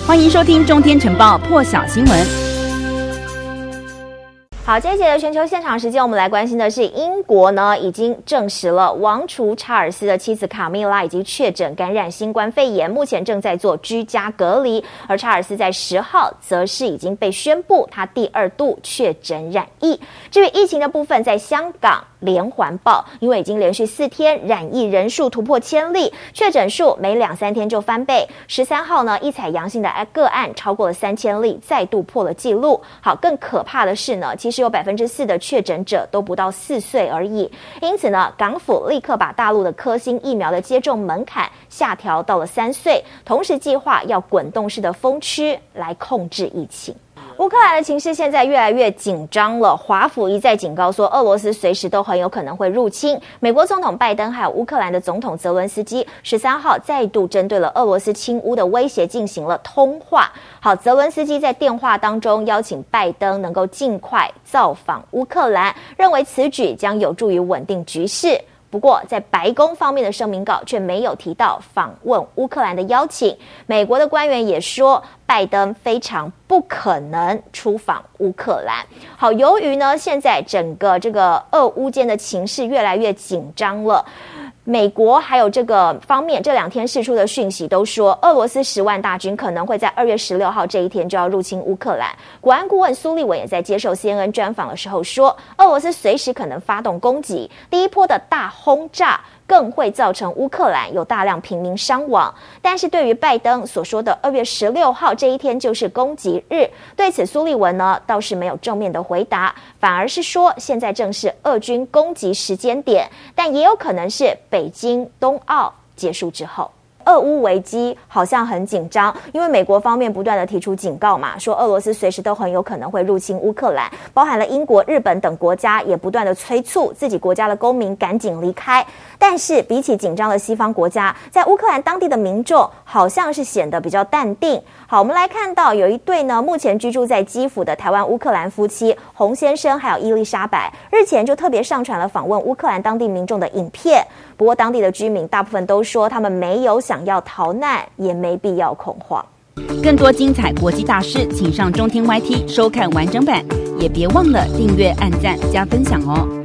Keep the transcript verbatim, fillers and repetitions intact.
欢迎收听中天晨报破晓新闻。 好，这一节的全球现场时间，我们来关心的是英国呢已经证实了王储查尔斯的妻子卡米拉已经确诊感染新冠肺炎，目前正在做居家隔离。而查尔斯在十号则是已经被宣布他第二度确诊染疫。至于疫情的部分，在香港连环爆，因为已经连续四天染疫人数突破千例，确诊数每两三天就翻倍。十三号呢，一采阳性的个案超过了三千例，再度破了纪录。好，更可怕的是呢，其实有百分之四的确诊者都不到四岁而已。因此呢，港府立刻把大陆的科兴疫苗的接种门槛下调到了三岁，同时计划要滚动式的封区来控制疫情。乌克兰的情势现在越来越紧张了，华府一再警告说，俄罗斯随时都很有可能会入侵。美国总统拜登还有乌克兰的总统泽伦斯基十三号再度针对了俄罗斯侵乌的威胁进行了通话。好，泽伦斯基在电话当中邀请拜登能够尽快造访乌克兰，认为此举将有助于稳定局势。不过，在白宫方面的声明稿却没有提到访问乌克兰的邀请。美国的官员也说，拜登非常不可能出访乌克兰。好，由于呢，现在整个这个俄乌间的情势越来越紧张了。美国还有这个方面这两天释出的讯息都说，俄罗斯十万大军可能会在二月十六号这一天就要入侵乌克兰。国安顾问苏利文也在接受 C N N 专访的时候说，俄罗斯随时可能发动攻击，第一波的大轰炸更会造成乌克兰有大量平民伤亡。但是对于拜登所说的二月十六号这一天就是攻击日，对此苏利文呢倒是没有正面的回答，反而是说现在正是俄军攻击时间点，但也有可能是北京冬奥结束之后。俄乌危机好像很紧张，因为美国方面不断的提出警告嘛，说俄罗斯随时都很有可能会入侵乌克兰，包含了英国、日本等国家也不断的催促自己国家的公民赶紧离开。但是比起紧张的西方国家，在乌克兰当地的民众好像是显得比较淡定。好，我们来看到有一对呢，目前居住在基辅的台湾乌克兰夫妻洪先生还有伊丽莎白，日前就特别上传了访问乌克兰当地民众的影片。不过当地的居民大部分都说，他们没有想要逃难，也没必要恐慌。 更多精彩国际大事，请上中天 Y T 收看完整版，也别忘了订阅、按赞、加分享哦。